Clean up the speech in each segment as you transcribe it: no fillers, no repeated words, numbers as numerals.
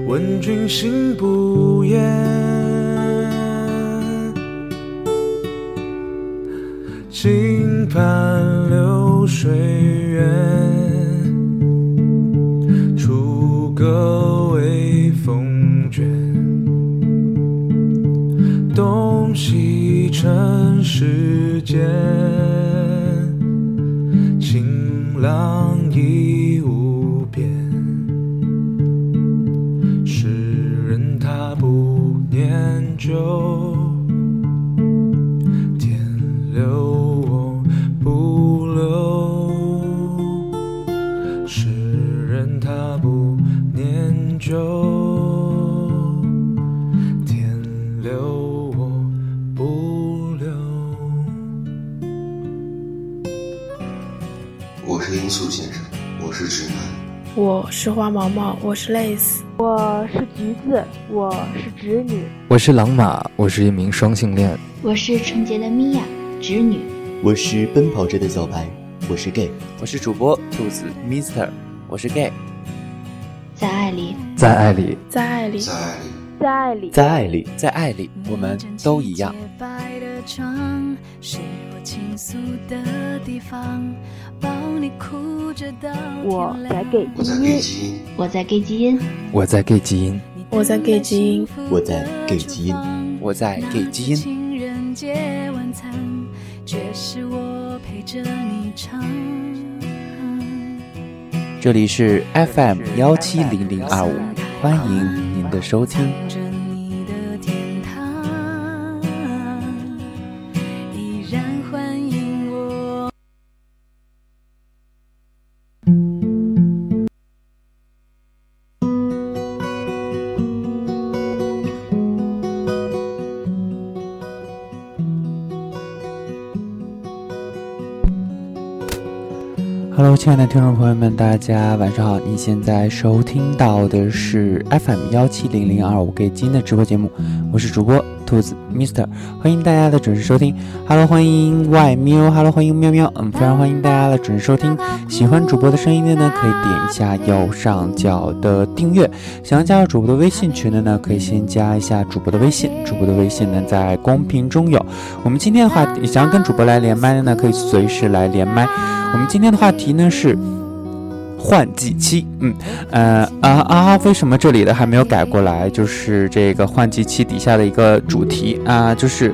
问君心不言，轻盼流水远，楚歌微风卷，东西尘世间，晴朗已无边，诗人他不念旧，天留我不留，诗人他不念旧，天留我不留。 我是罂粟先生，我是直男。 我是花毛毛，我是蕾丝。 我是橘子，我是直女。 我是朗马，我是一名双性恋。 我是纯洁的米娅，直女。 我是奔跑着的小白，我是 gay。 我是主播兔子 Mr， 我是 gay。 在爱里， 在爱里， 在爱里， 在爱里， 在爱里， 在爱里， 在爱里，我们都一样。 我在 gay 基因， 我在 gay 基因， 我在 gay 基因， 我在 gay 基因， 我在 gay 基因， 我在 gay 基因。这里是 FM 17005，欢迎您的收听。Hello， 亲爱的听众朋友们，大家晚上好！你现在收听到的是 FM 17005 gay 基因的直播节目，我是主播兔子 Mr， 欢迎大家的准时收听。Hello， 欢迎外喵 ，Hello， 欢迎喵喵，非常欢迎大家的准时收听。喜欢主播的声音的呢，可以点一下右上角的订阅。想要加入主播的微信群的呢，可以先加一下主播的微信。主播的微信呢，在公屏中有。我们今天的话题，想要跟主播来连麦的呢，可以随时来连麦。我们今天的话题呢是换季期，为什么这里的还没有改过来？就是这个换季期底下的一个主题啊，就是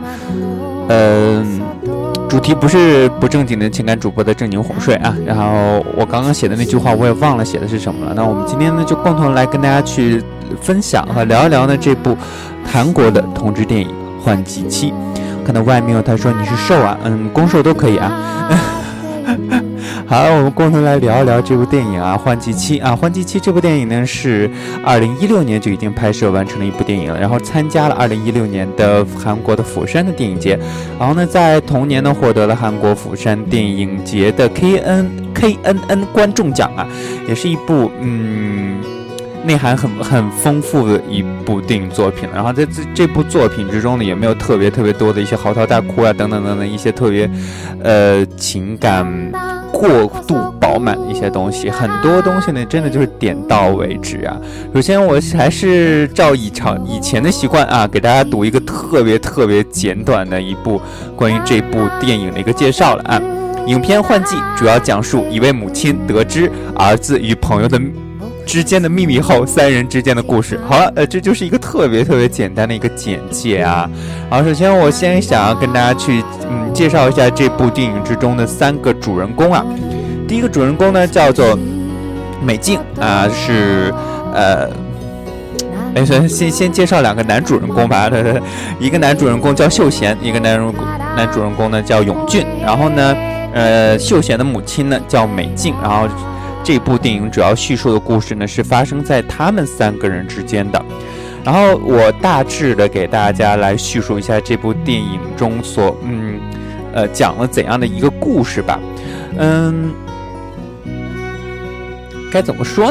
主题不是不正经的情感主播的正经哄睡啊。然后我刚刚写的那句话我也忘了写的是什么了。那我们今天呢就共同来跟大家去分享和聊一聊呢这部韩国的同志电影《换季期》。看到外面他说你是受啊，攻受都可以啊。好，我们共同来聊一聊这部电影啊，《换季期》啊，《换季期》这部电影呢是2016年就已经拍摄完成了一部电影了，然后参加了2016年的韩国的釜山的电影节，然后呢在同年呢获得了韩国釜山电影节的 KNN 观众奖啊，也是一部内涵很丰富的一部电影作品，然后在这部作品之中呢，也没有特别多的一些嚎啕大哭啊等等一些特别情感过度饱满的一些东西，很多东西呢真的就是点到为止啊。首先我还是照以前的习惯啊，给大家读一个特别简短的一部关于这部电影的一个介绍了啊。影片《换季》主要讲述一位母亲得知儿子与朋友的之间的秘密后，三人之间的故事。好了，这就是一个特别简单的一个简介啊。好，首先我先想要跟大家去介绍一下这部电影之中的三个主人公啊。第一个主人公呢叫做美静啊，是先介绍两个男主人公吧。一个男主人公叫秀贤，一个男主人公呢叫永俊。然后呢，秀贤的母亲呢叫美静。然后这部电影主要叙述的故事呢是发生在他们三个人之间的。然后我大致的给大家来叙述一下这部电影中所讲了怎样的一个故事吧。该怎么说呢？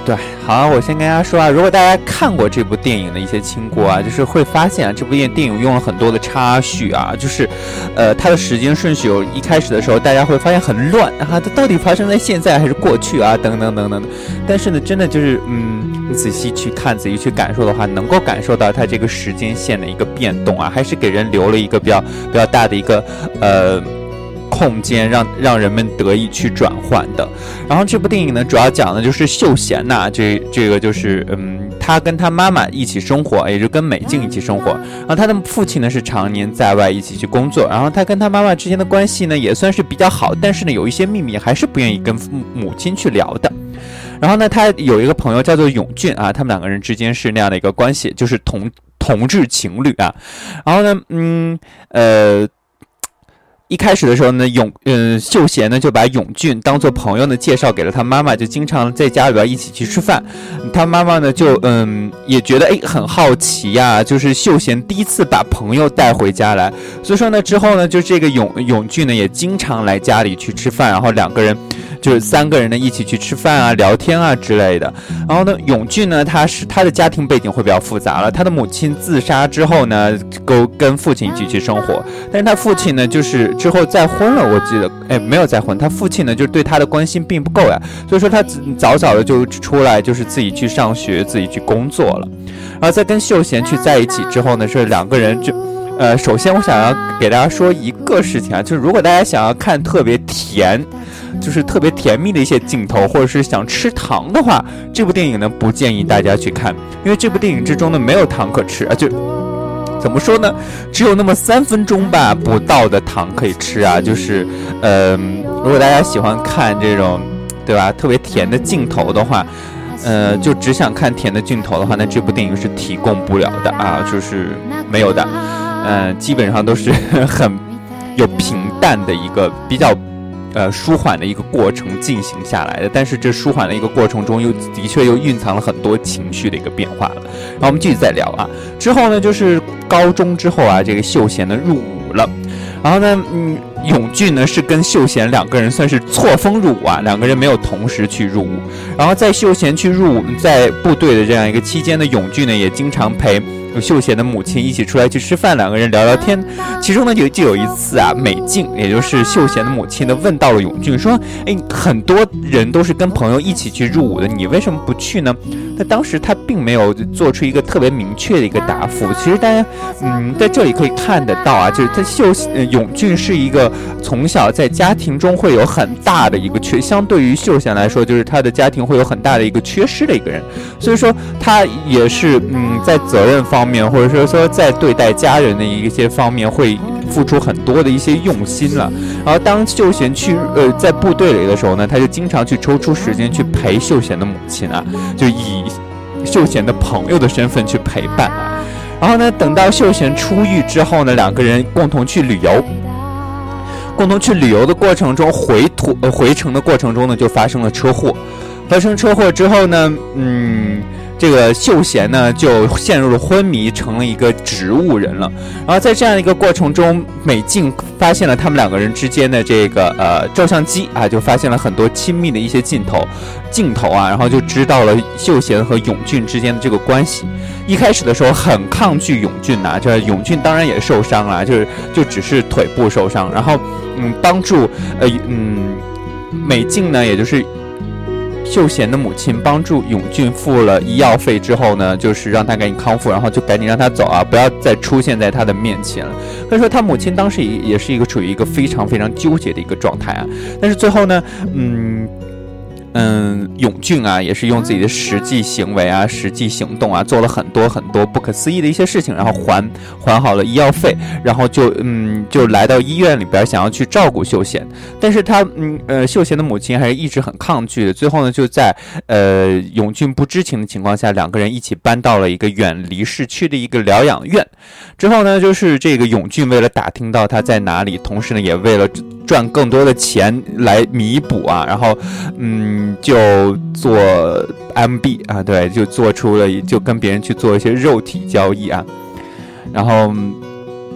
对，好，我先跟大家说啊，如果大家看过这部电影的一些经过啊，就是会发现啊，这部电影用了很多的插叙啊，就是它的时间顺序一开始的时候大家会发现很乱啊，它到底发生在现在还是过去啊，等等等等的。但是呢，真的就是你仔细去看，仔细去感受的话，能够感受到它这个时间线的一个变动啊，还是给人留了一个比较大的一个空间，让人们得以去转换的。然后这部电影呢，主要讲的就是秀贤呐，这个就是他跟他妈妈一起生活，也就跟美静一起生活。然后他的父亲呢是常年在外一起去工作，然后他跟他妈妈之间的关系呢也算是比较好，但是呢有一些秘密还是不愿意跟母亲去聊的。然后呢，他有一个朋友叫做永俊啊，他们两个人之间是那样的一个关系，就是同志情侣啊。然后呢，一开始的时候呢，秀贤呢就把永俊当做朋友呢介绍给了他妈妈，就经常在家里边一起去吃饭。他妈妈呢就也觉得很好奇呀，就是秀贤第一次把朋友带回家来，所以说呢之后呢，就这个永俊呢也经常来家里去吃饭，然后两个人就是3个人呢一起去吃饭啊、聊天啊之类的。然后呢，永俊呢他的家庭背景会比较复杂了，他的母亲自杀之后呢，跟父亲一起去生活，但是他父亲呢就是之后再婚了，我记得没有再婚，他父亲呢就是对他的关心并不够呀，所以说他早早的就出来，就是自己去上学，自己去工作了。然后在跟秀贤去在一起之后呢，是2个人就首先我想要给大家说一个事情啊，就是如果大家想要看特别甜，就是特别甜蜜的一些镜头，或者是想吃糖的话，这部电影呢不建议大家去看，因为这部电影之中呢没有糖可吃啊，就怎么说呢，只有那么3分钟吧不到的糖可以吃啊，就是如果大家喜欢看这种对吧特别甜的镜头的话，就只想看甜的镜头的话，那这部电影是提供不了的啊，就是没有的，基本上都是很有平淡的一个比较舒缓的一个过程进行下来的，但是这舒缓的一个过程中的确又蕴藏了很多情绪的一个变化了。然后我们继续再聊啊，之后呢就是高中之后啊，这个秀贤呢入伍了，然后呢永俊呢是跟秀贤2个人算是错峰入伍啊，2个人没有同时去入伍。然后在秀贤去入伍在部队的这样一个期间呢，永俊呢也经常陪秀贤的母亲一起出来去吃饭，2个人聊聊天。其中呢就有一次啊，美静也就是秀贤的母亲呢问到了永俊说，很多人都是跟朋友一起去入伍的，你为什么不去呢？那当时他并没有做出一个特别明确的一个答复。其实大家在这里可以看得到啊，就是他永俊是一个从小在家庭中会有很大的一个相对于秀贤来说，就是他的家庭会有很大的一个缺失的一个人，所以说他也是在责任方面，或者说在对待家人的一些方面会付出很多的一些用心了。然后当秀贤去在部队里的时候呢，他就经常去抽出时间去陪秀贤的母亲啊，就以秀贤的朋友的身份去陪伴啊。然后呢，等到秀贤出狱之后呢，2个人共同去旅游。的过程中，回程的过程中呢，就发生了车祸。发生车祸之后呢，这个秀贤呢就陷入了昏迷，成了一个植物人了。然后在这样一个过程中，美静发现了他们2个人之间的这个照相机啊，就发现了很多亲密的一些镜头啊，然后就知道了秀贤和永俊之间的这个关系。一开始的时候很抗拒永俊啊，这永俊当然也受伤了，就只是腿部受伤，然后帮助美静呢，也就是秀贤的母亲帮助永俊付了医药费之后呢，就是让他赶紧康复，然后就赶紧让他走啊，不要再出现在他的面前了。所以说他母亲当时也是一个处于一个非常非常纠结的一个状态啊。但是最后呢，永俊啊，也是用自己的实际行为啊、实际行动啊，做了很多很多不可思议的一些事情，然后还好了医药费，然后就来到医院里边想要去照顾秀贤，但是他秀贤的母亲还是一直很抗拒的。最后呢，就在永俊不知情的情况下，2个人一起搬到了一个远离市区的一个疗养院。之后呢，就是这个永俊为了打听到他在哪里，同时呢也为了赚更多的钱来弥补啊，然后就做 MB 啊，对，就做出了就跟别人去做一些肉体交易啊，然后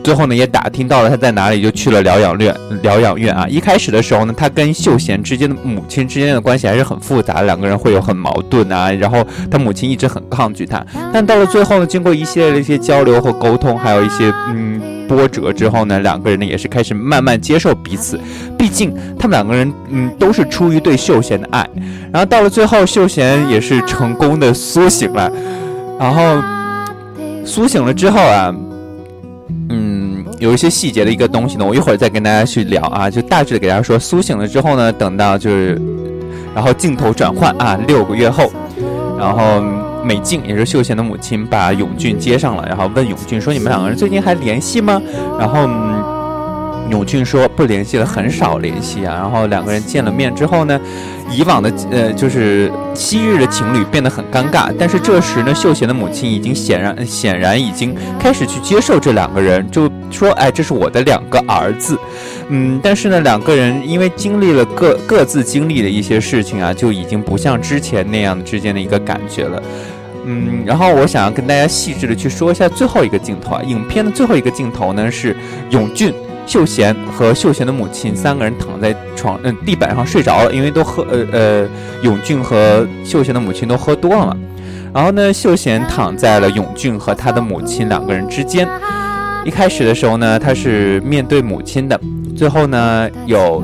最后呢也打听到了他在哪里，就去了疗养院啊。一开始的时候呢，他跟秀贤之间的母亲之间的关系还是很复杂的，两个人会有很矛盾啊，然后他母亲一直很抗拒他，但到了最后呢，经过一系列的一些交流和沟通，还有一些波折之后呢，两个人呢也是开始慢慢接受彼此，毕竟他们两个人都是出于对秀贤的爱，然后到了最后，秀贤也是成功的苏醒了，然后苏醒了之后啊，有一些细节的一个东西呢，我一会儿再跟大家去聊啊，就大致的给大家说，苏醒了之后呢，等到然后镜头转换啊，6个月后，然后美静也是秀贤的母亲把永俊接上了，然后问永俊说：“你们两个人最近还联系吗？”然后永俊说不联系了，很少联系啊。然后两个人见了面之后呢，以往的就是昔日的情侣变得很尴尬。但是这时呢，秀贤的母亲已经显然已经开始去接受这两个人，就说：“哎，这是我的2个儿子。”但是呢，两个人因为经历了各自经历的一些事情啊，就已经不像之前那样之间的一个感觉了。然后我想要跟大家细致的去说一下最后一个镜头啊，影片的最后一个镜头呢是永俊、秀贤和秀贤的母亲3个人躺在地板上睡着了，因为都永俊和秀贤的母亲都喝多了嘛。然后呢，秀贤躺在了永俊和他的母亲2个人之间。一开始的时候呢，他是面对母亲的，最后呢有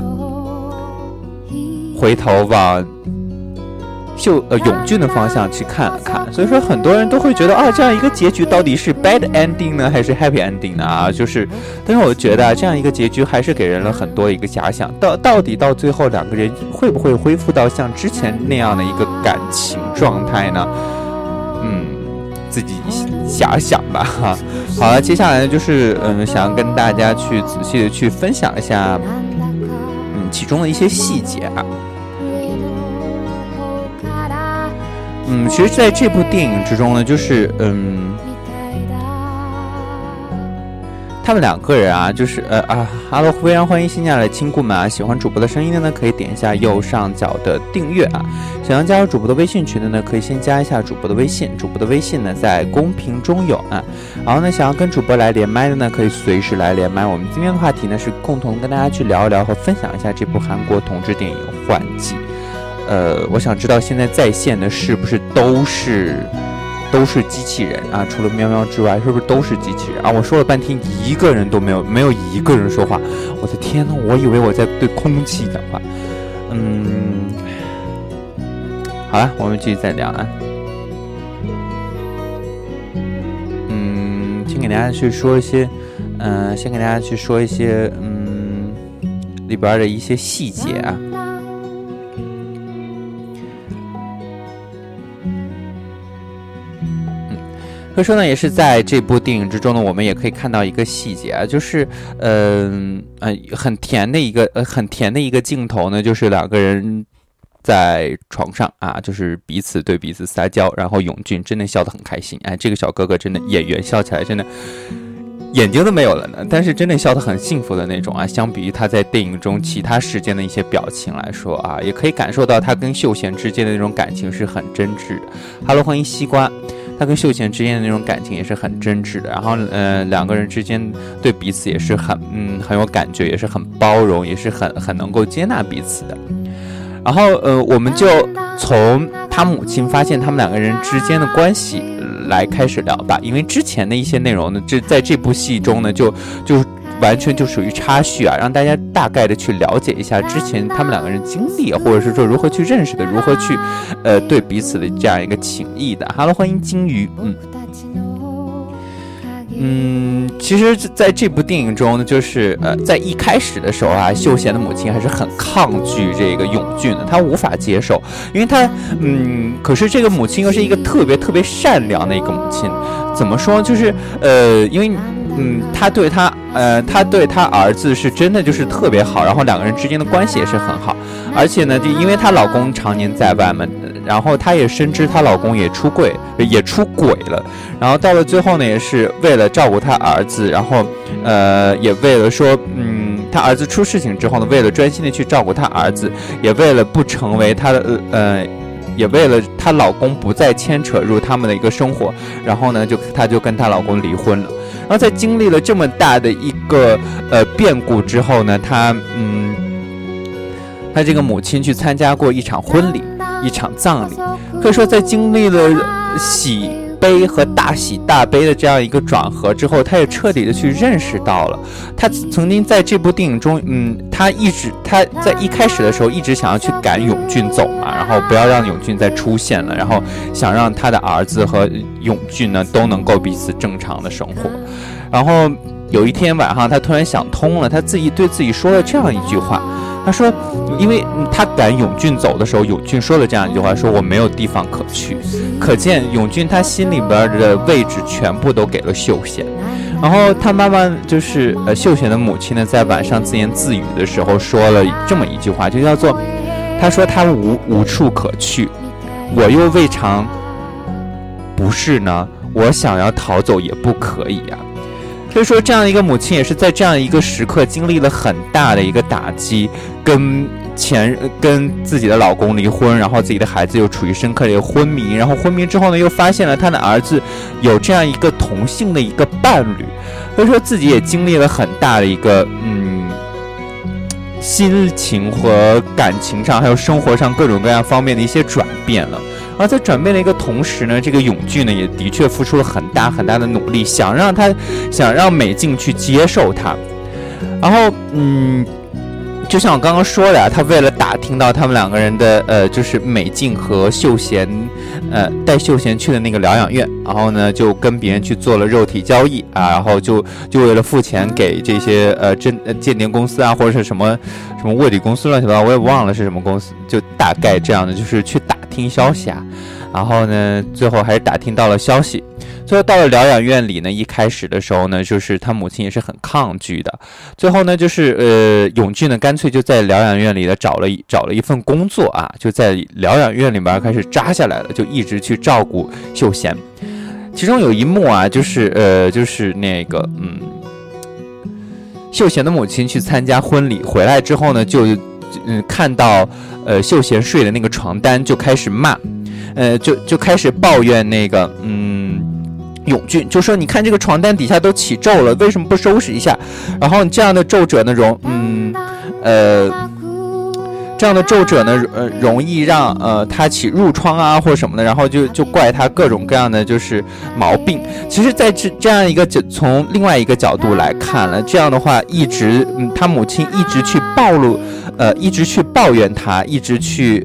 回头往永俊的方向去看了看，所以说很多人都会觉得啊，这样一个结局到底是 bad ending 呢，还是 happy ending 呢？啊，但是我觉得这样一个结局还是给人了很多一个遐想，到底到最后两个人会不会恢复到像之前那样的一个感情状态呢？自己想想吧哈。好了，接下来呢就是想跟大家去仔细的去分享一下其中的一些细节啊。其实在这部电影之中呢，就是他们2个人啊，就是哈喽，非常欢迎新进来的亲故们啊！喜欢主播的声音的呢，可以点一下右上角的订阅啊。想要加入主播的微信群的呢，可以先加一下主播的微信，主播的微信呢在公屏中有啊。然后呢，想要跟主播来连麦的呢，可以随时来连麦。我们今天的话题呢是共同跟大家去聊一聊和分享一下这部韩国同志电影《换季》。我想知道现在在线的是不是都是机器人啊？除了喵喵之外，是不是都是机器人啊？我说了半天，一个人都没有一个人说话。我的天哪，我以为我在对空气讲话。好了，我们继续再聊啊。先给大家去说一些，里边的一些细节啊。所以说呢，也是在这部电影之中呢，我们也可以看到一个细节啊，就是很甜的一个镜头呢，就是2个人在床上啊，就是彼此对彼此撒娇，然后永俊真的笑得很开心，哎，这个小哥哥真的演员笑起来真的眼睛都没有了呢，但是真的笑得很幸福的那种啊。相比于他在电影中其他时间的一些表情来说啊，也可以感受到他跟秀贤之间的那种感情是很真挚的。Hello， 欢迎西瓜。他跟秀贤之间的那种感情也是很真挚的，然后2个人之间对彼此也是很有感觉，也是很包容，也是很能够接纳彼此的。然后我们就从他母亲发现他们2个人之间的关系来开始聊吧，因为之前的一些内容呢，在这部戏中呢就完全就属于插叙啊，让大家大概的去了解一下之前他们2个人经历，或者是说如何去认识的，如何去对彼此的这样一个情谊的。Hello， 欢迎金鱼。其实在这部电影中呢，就是在一开始的时候啊，秀贤的母亲还是很抗拒这个永俊的，她无法接受，因为她可是这个母亲又是一个特别特别善良的一个母亲，怎么说，就是因为她对她儿子是真的就是特别好，然后2个人之间的关系也是很好，而且呢，就因为她老公常年在外嘛，然后她也深知她老公也出轨了，然后到了最后呢，也是为了照顾她儿子，然后也为了说她儿子出事情之后呢，为了专心的去照顾她儿子，也为了不成为她的也为了她老公不再牵扯入他们的一个生活，然后呢她就跟她老公离婚了。 然后在经历了这么大的一个变故之后呢，他这个母亲去参加过一场婚礼，一场葬礼，可以说在经历了喜悲和大喜大悲的这样一个转合之后，他也彻底的去认识到了，他曾经在这部电影中，他在一开始的时候一直想要去赶永俊走嘛，然后不要让永俊再出现了，然后想让他的儿子和永俊呢都能够彼此正常的生活。然后有一天晚上，他突然想通了，他自己对自己说了这样一句话。他说，因为他赶永俊走的时候，永俊说了这样一句话，说我没有地方可去。可见永俊他心里边的位置全部都给了秀贤。然后他妈妈就是秀贤的母亲呢，在晚上自言自语的时候说了这么一句话，就叫做，他说他无处可去，我又未尝不是呢，我想要逃走也不可以啊。所以说这样一个母亲也是在这样一个时刻经历了很大的一个打击，跟自己的老公离婚，然后自己的孩子又处于深刻的一个昏迷，然后昏迷之后呢，又发现了他的儿子有这样一个同性的一个伴侣，所以说自己也经历了很大的一个心情和感情上还有生活上各种各样方面的一些转变了。而在转变的一个同时呢，这个永俊呢也的确付出了很大很大的努力，想让美静去接受他。然后就像我刚刚说的他为了打听到他们两个人的就是美静和秀贤带秀贤去的那个疗养院，然后呢就跟别人去做了肉体交易啊，然后就为了付钱给这些间谍公司啊，或者是什么卧底公司乱七八糟，我也忘了是什么公司，就大概这样的，就是去打听消息啊，然后呢最后还是打听到了消息。最后到了疗养院里呢，一开始的时候呢，就是他母亲也是很抗拒的。最后呢，就是永俊呢，干脆就在疗养院里呢找了一份工作啊，就在疗养院里面开始扎下来了，就一直去照顾秀贤。其中有一幕啊，就是那个秀贤的母亲去参加婚礼回来之后呢，就看到秀贤睡的那个床单，就开始骂，就开始抱怨那个永俊，就说你看这个床单底下都起皱了，为什么不收拾一下？然后这样的皱褶呢容易让他起褥疮啊或者什么的，然后就怪他各种各样的就是毛病。其实在这样一个从另外一个角度来看了，这样的话一直他母亲一直去一直去抱怨他，一直去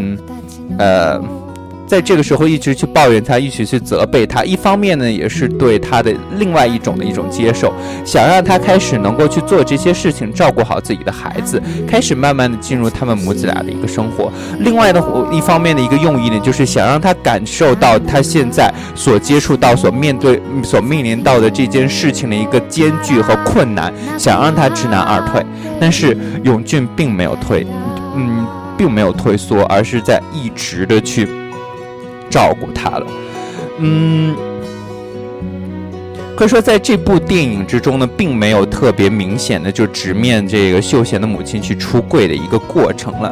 在这个时候一直去抱怨他，一直去责备他，一方面呢也是对他的另外一种接受，想让他开始能够去做这些事情，照顾好自己的孩子，开始慢慢的进入他们母子俩的一个生活。另外的一方面的一个用意呢，就是想让他感受到他现在所接触到所面临到的这件事情的一个艰巨和困难，想让他知难而退。但是永俊并没有退缩，而是在一直的去照顾他了。可以说在这部电影之中呢，并没有特别明显的就直面这个秀贤的母亲去出柜的一个过程了。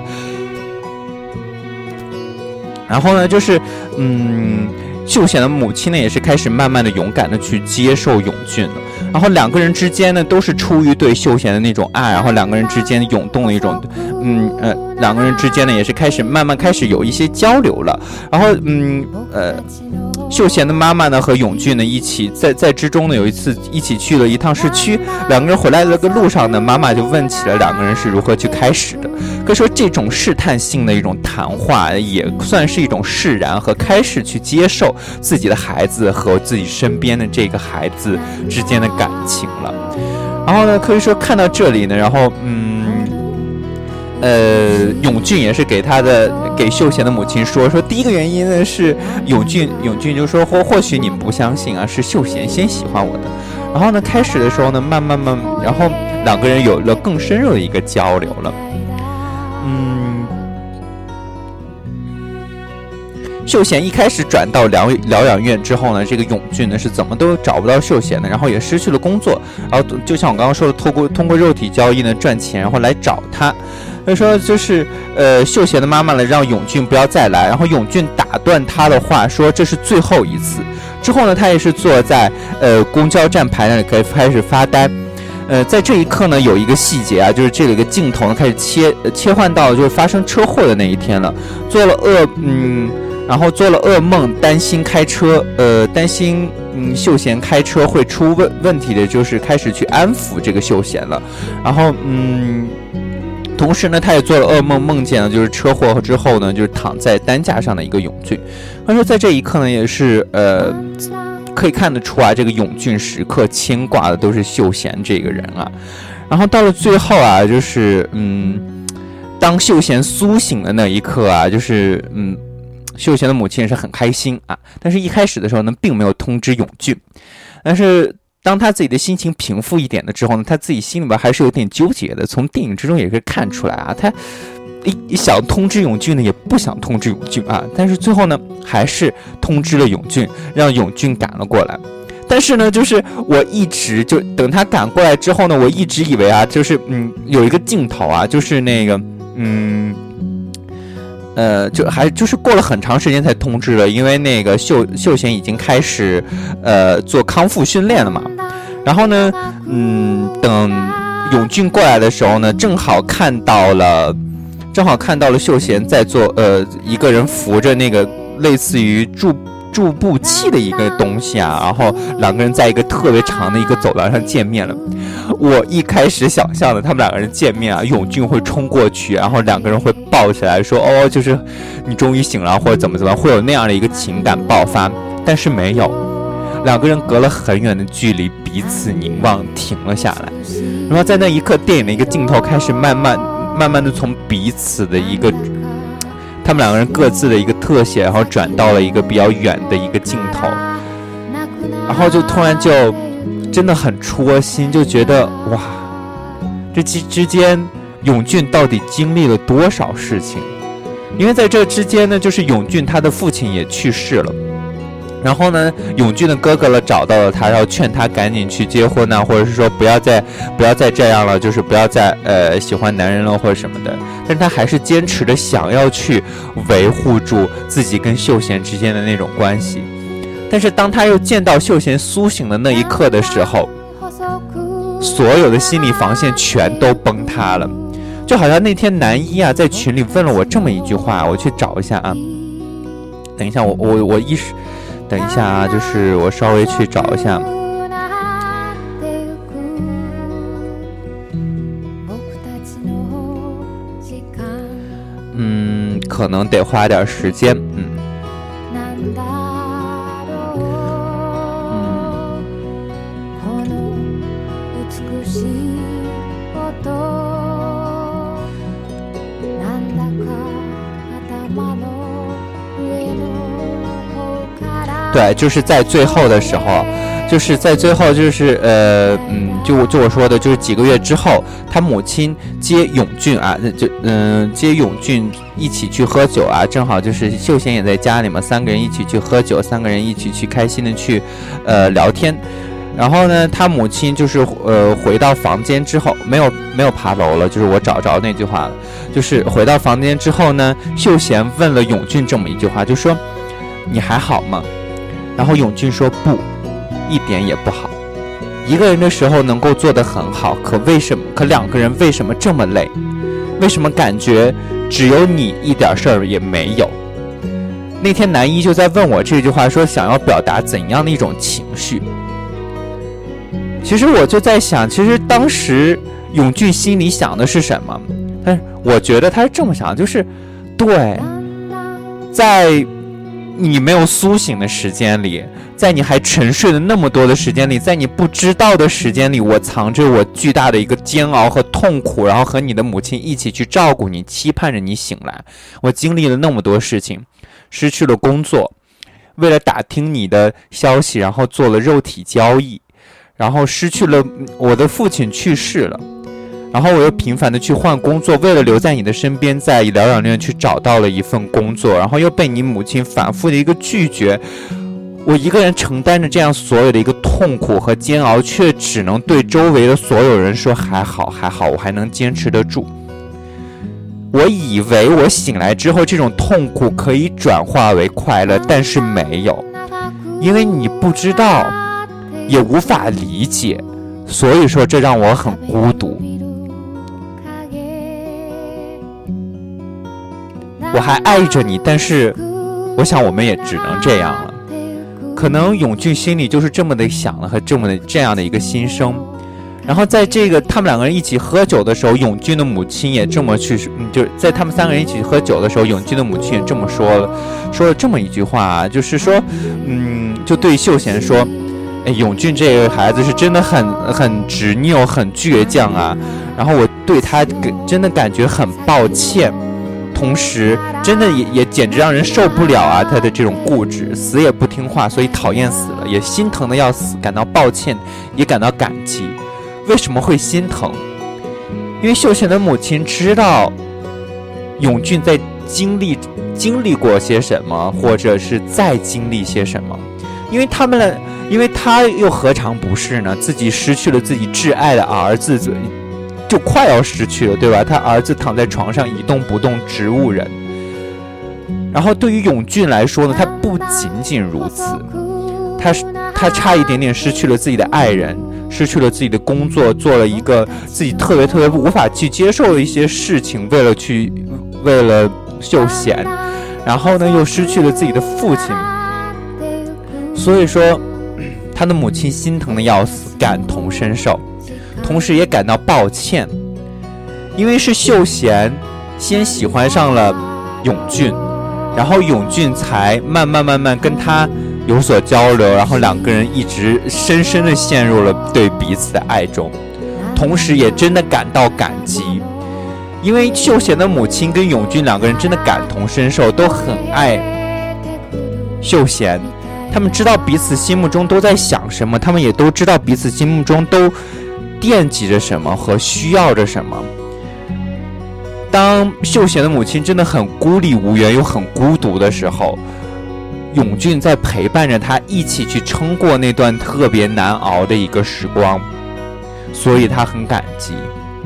然后呢，就是秀贤的母亲呢也是开始慢慢的勇敢的去接受永俊了。然后两个人之间呢都是出于对秀贤的那种爱，然后两个人之间涌动的一种两个人之间呢也是慢慢开始有一些交流了。然后秀贤的妈妈呢和永俊呢一起在之中呢有一次一起去了一趟市区，两个人回来的个路上呢，妈妈就问起了两个人是如何去开始的。可以说这种试探性的一种谈话也算是一种释然和开始去接受自己的孩子和自己身边的这个孩子之间的感情了。然后呢，可以说看到这里呢，然后永俊也是给秀贤的母亲说第一个原因呢是永俊就说或许你们不相信啊，是秀贤先喜欢我的。然后呢，开始的时候呢，慢慢，然后两个人有了更深入的一个交流了。秀贤一开始转到疗养院之后呢，这个永俊呢是怎么都找不到秀贤的，然后也失去了工作，然后就像我刚刚说的，通过肉体交易呢赚钱，然后来找他。所以说就是秀贤的妈妈呢让永俊不要再来，然后永俊打断他的话说这是最后一次， 之后呢，他也是坐在公交站牌那里开始发呆。在这一刻呢，有一个细节啊，就是这里一个镜头呢开始切换到就是发生车祸的那一天了，然后做了噩梦，担心秀贤开车会出问题的，就是开始去安抚这个秀贤了。然后同时呢，他也做了噩梦，梦见了就是车祸之后呢，就是躺在担架上的一个永俊。他说在这一刻呢，也是可以看得出啊，这个永俊时刻牵挂的都是秀贤这个人啊。然后到了最后啊，就是当秀贤苏醒的那一刻啊，就是秀贤的母亲也是很开心啊，但是一开始的时候呢，并没有通知永俊。但是当他自己的心情平复一点了之后呢，他自己心里边还是有点纠结的。从电影之中也可以看出来啊，他想通知永俊呢，也不想通知永俊啊。但是最后呢，还是通知了永俊，让永俊赶了过来。但是呢，就是我一直就等他赶过来之后呢，我一直以为啊，就是有一个镜头啊，就是那个就是过了很长时间才通知了，因为那个秀贤已经开始做康复训练了嘛。然后呢，等永俊过来的时候呢，正好看到了秀贤在做一个人扶着那个类似于助步器的一个东西啊，然后两个人在一个特别长的一个走廊上见面了。我一开始想象的他们两个人见面啊，永俊会冲过去，然后两个人会抱起来说就是你终于醒了，或者怎么会有那样的一个情感爆发。但是没有，两个人隔了很远的距离彼此凝望停了下来。然后在那一刻，电影的一个镜头开始慢慢的从彼此的一个他们两个人各自的一个特写，然后转到了一个比较远的一个镜头，然后就突然就真的很戳心，就觉得哇，这之间永俊到底经历了多少事情。因为在这之间呢，就是永俊他的父亲也去世了，然后呢，永俊的哥哥找到了他，然后劝他赶紧去结婚啊，或者是说不要再这样了，就是不要再喜欢男人了或者什么的。但是他还是坚持的想要去维护住自己跟秀贤之间的那种关系。但是当他又见到秀贤苏醒的那一刻的时候，所有的心理防线全都崩塌了。就好像那天男一啊在群里问了我这么一句话，我去找一下啊，等一下等一下啊，就是我稍微去找一下。可能得花点时间。对，就是在最后的时候，就我说的，就是几个月之后，他母亲接永俊啊，接永俊一起去喝酒啊，正好就是秀贤也在家里嘛，三个人一起去喝酒，三个人一起去开心的去聊天。然后呢，他母亲就是回到房间之后，没有爬楼了，就是我找着那句话了，就是回到房间之后呢，秀贤问了永俊这么一句话，就说你还好吗？然后永俊说不，一点也不好。一个人的时候能够做得很好，可两个人为什么这么累？为什么感觉只有你一点事儿也没有？那天男一就在问我这句话，说想要表达怎样的一种情绪。其实我就在想，其实当时永俊心里想的是什么？但是我觉得他是这么想，就是对，在你没有苏醒的时间里，在你还沉睡的那么多的时间里，在你不知道的时间里，我藏着我巨大的一个煎熬和痛苦，然后和你的母亲一起去照顾你，期盼着你醒来。我经历了那么多事情，失去了工作，为了打听你的消息，然后做了肉体交易，然后失去了我的父亲去世了，然后我又频繁的去换工作，为了留在你的身边，在疗养院去找到了一份工作，然后又被你母亲反复的一个拒绝。我一个人承担着这样所有的一个痛苦和煎熬，却只能对周围的所有人说还好，我还能坚持得住。我以为我醒来之后，这种痛苦可以转化为快乐，但是没有。 因为你不知道，也无法理解，所以说这让我很孤独。我还爱着你，但是我想我们也只能这样了。可能永俊心里就是这么的想了和这样的一个心声。然后在这个他们两个人一起喝酒的时候，永俊的母亲也这么去，就是在他们三个人一起喝酒的时候，永俊的母亲也这么说了这么一句话，就是说，就对秀贤说，永俊这个孩子是真的很执拗，很倔强啊。然后我对他真的感觉很抱歉，同时真的也简直让人受不了啊！他的这种固执，死也不听话，所以讨厌死了，也心疼的要死，感到抱歉，也感到感激。为什么会心疼？因为秀贤的母亲知道永俊在经历过些什么，或者是再经历些什么。因为他又何尝不是呢？自己失去了自己挚爱的儿子，就快要失去了，对吧？他儿子躺在床上一动不动，植物人。然后对于永俊来说呢，他不仅仅如此，他差一点点失去了自己的爱人，失去了自己的工作，做了一个自己特别无法去接受的一些事情，为了秀贤，然后呢又失去了自己的父亲。所以说他的母亲心疼的要死，感同身受，同时也感到抱歉，因为是秀贤先喜欢上了永俊，然后永俊才慢慢跟他有所交流，然后两个人一直深深的陷入了对彼此的爱中，同时也真的感到感激，因为秀贤的母亲跟永俊两个人真的感同身受，都很爱秀贤，他们知道彼此心目中都在想什么，他们也都知道彼此心目中都惦记着什么和需要着什么。当秀贤的母亲真的很孤立无援又很孤独的时候，永俊在陪伴着他一起去撑过那段特别难熬的一个时光，所以他很感激。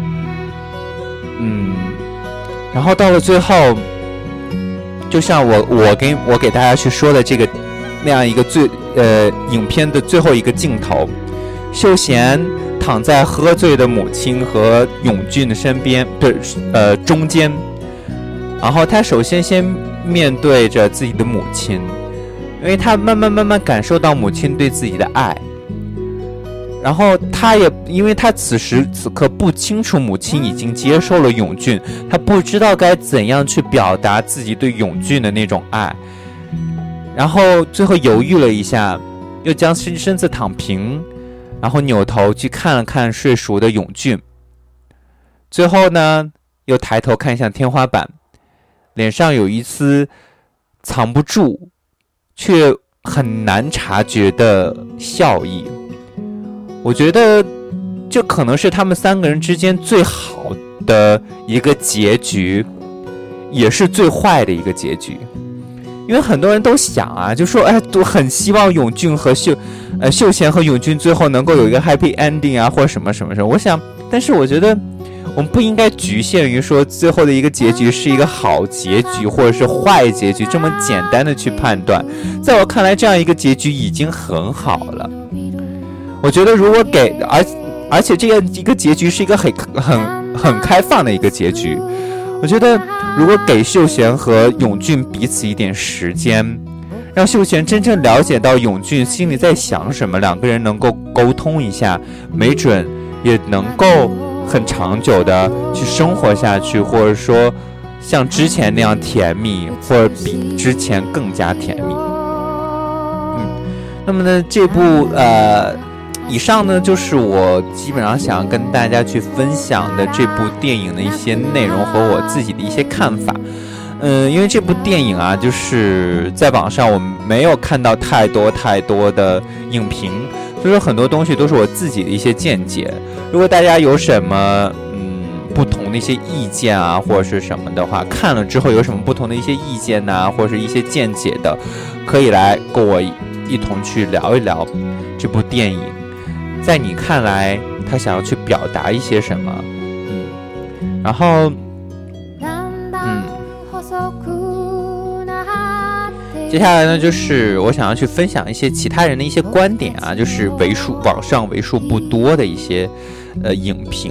然后到了最后，就像我给大家去说的这个那样一个影片的最后一个镜头，秀贤躺在喝醉的母亲和永俊的身边，中间，然后他首先面对着自己的母亲，因为他慢慢感受到母亲对自己的爱，然后他也因为他此时此刻不清楚母亲已经接受了永俊，他不知道该怎样去表达自己对永俊的那种爱，然后最后犹豫了一下，又将身子躺平，然后扭头去看了看睡熟的永俊，最后呢又抬头看向天花板，脸上有一丝藏不住却很难察觉的笑意。我觉得这可能是他们三个人之间最好的一个结局，也是最坏的一个结局。因为很多人都想啊，就说都很希望永俊和秀贤和永俊最后能够有一个 happy ending 啊，或者什么。我想，但是我觉得我们不应该局限于说最后的一个结局是一个好结局或者是坏结局这么简单的去判断。在我看来，这样一个结局已经很好了。我觉得如果而且这样一个结局是一个很开放的一个结局。我觉得如果给秀贤和永俊彼此一点时间，让秀贤真正了解到永俊心里在想什么，两个人能够沟通一下，没准也能够很长久的去生活下去，或者说像之前那样甜蜜，或者比之前更加甜蜜。那么呢，这部以上呢就是我基本上想要跟大家去分享的这部电影的一些内容和我自己的一些看法。因为这部电影啊，就是在网上我没有看到太多的影评，所以说很多东西都是我自己的一些见解。如果大家有什么不同的一些意见啊，或者是什么的话，看了之后有什么不同的一些意见啊，或者是一些见解的，可以来跟我一同去聊一聊这部电影。在你看来他想要去表达一些什么？然后接下来呢，就是我想要去分享一些其他人的一些观点啊，就是网上为数不多的一些影评。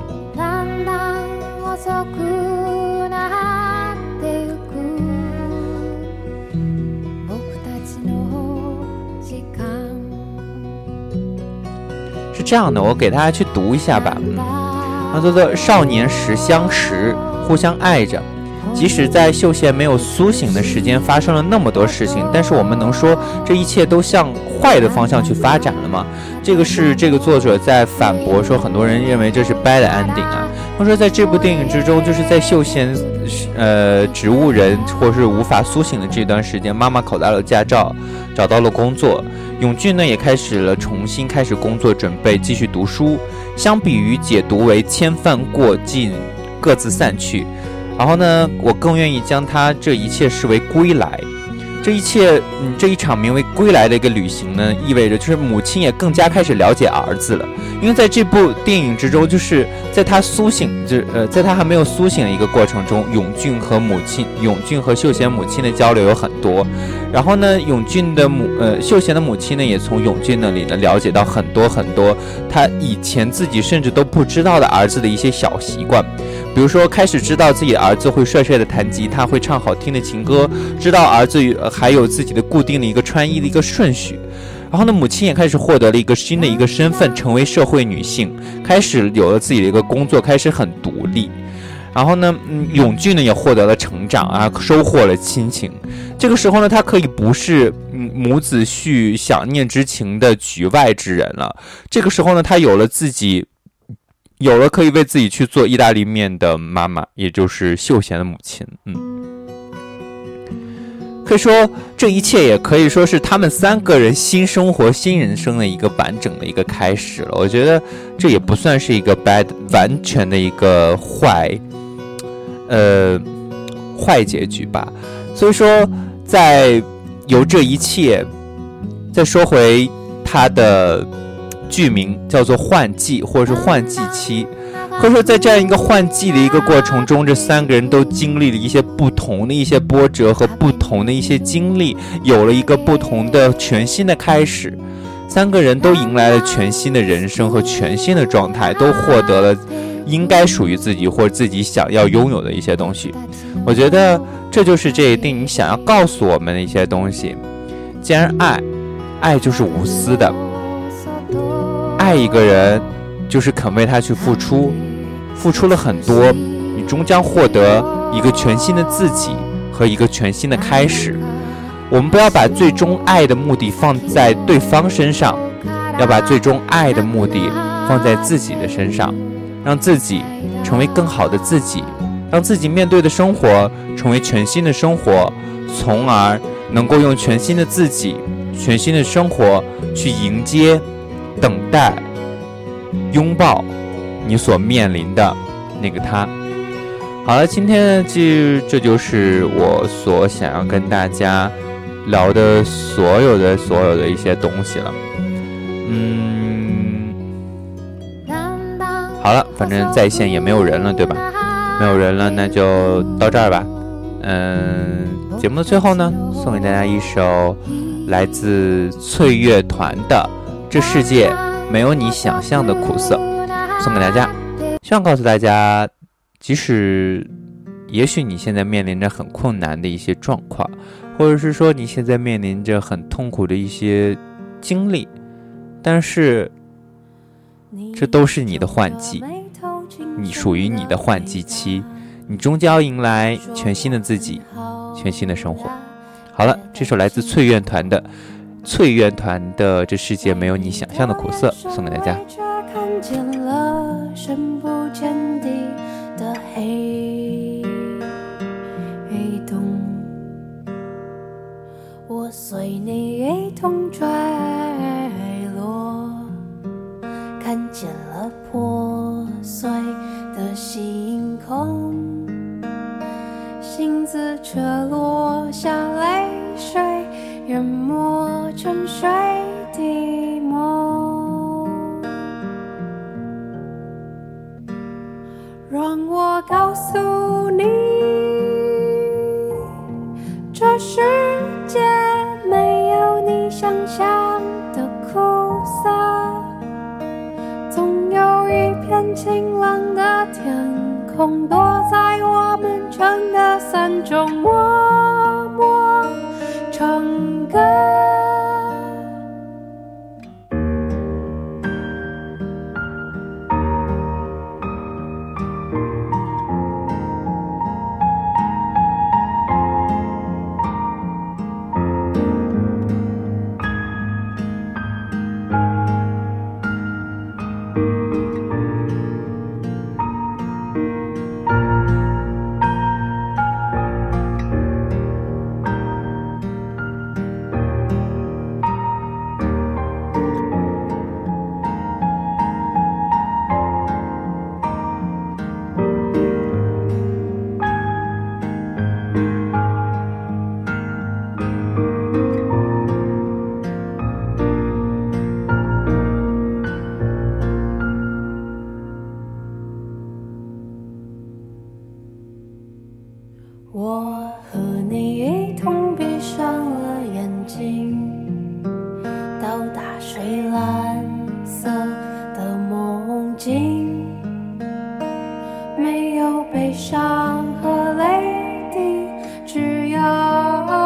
是这样的，我给大家去读一下吧。他说的少年时相识，互相爱着，即使在秀贤没有苏醒的时间发生了那么多事情，但是我们能说这一切都向坏的方向去发展了吗？这个是这个作者在反驳说，很多人认为这是 bad ending 啊。他说在这部电影之中，就是在秀贤植物人或是无法苏醒的这段时间，妈妈考到了驾照，找到了工作，永俊呢也重新开始工作，准备继续读书。相比于解读为千帆过尽，各自散去，然后呢，我更愿意将他这一切视为归来。这一场名为归来的一个旅行呢，意味着就是母亲也更加开始了解儿子了。因为在这部电影之中，就是在他苏醒，在他还没有苏醒的一个过程中，永俊和秀贤母亲的交流有很多。然后呢，秀贤的母亲呢，也从永俊那里呢了解到很多他以前自己甚至都不知道的儿子的一些小习惯。比如说开始知道自己的儿子会帅帅的弹吉他，会唱好听的情歌，知道儿子还有自己的固定的一个穿衣的一个顺序。然后呢，母亲也开始获得了一个新的一个身份，成为社会女性，开始有了自己的一个工作，开始很独立。然后呢，永俊呢也获得了成长啊，收获了亲情。这个时候呢，他可以不是母子续想念之情的局外之人了。这个时候呢，他有了可以为自己去做意大利面的妈妈，也就是秀贤的母亲。可以说这一切也可以说是他们三个人新生活新人生的一个完整的一个开始了。我觉得这也不算是一个 bad 完全的一个坏结局吧。所以说由这一切再说回他的剧名叫做换季或者是换季期。可以说在这样一个换季的一个过程中，这三个人都经历了一些不同的一些波折和不同的一些经历，有了一个不同的全新的开始。三个人都迎来了全新的人生和全新的状态，都获得了应该属于自己或者自己想要拥有的一些东西。我觉得这就是这一电影想要告诉我们的一些东西。既然爱就是无私的，爱一个人就是肯为他去付出了很多，你终将获得一个全新的自己和一个全新的开始。我们不要把最终爱的目的放在对方身上，要把最终爱的目的放在自己的身上，让自己成为更好的自己，让自己面对的生活成为全新的生活，从而能够用全新的自己、全新的生活去迎接、等待、拥抱你所面临的那个他。好了，今天呢，这就是我所想要跟大家聊的所有的一些东西了。好了，反正在线也没有人了，对吧？没有人了，那就到这儿吧。节目的最后呢，送给大家一首来自脆乐团的《这世界没有你想象的苦涩》，送给大家。希望告诉大家，也许你现在面临着很困难的一些状况，或者是说你现在面临着很痛苦的一些经历，但是这都是你的换季，你属于你的换季期，你终将要迎来全新的自己，全新的生活。好了，这首来自脆乐团的《这世界没有你想象的苦涩》送给大家。 看见了深不见底的黑洞，我随你一同坠落，看见了破碎的星空，星子却落下泪水，淹没沉睡的梦。让我告诉你，这世界晴朗的天空，躲在我们城的伞中默默唱歌。我和你一同闭上了眼睛，到达水蓝色的梦境，没有悲伤和泪滴，只有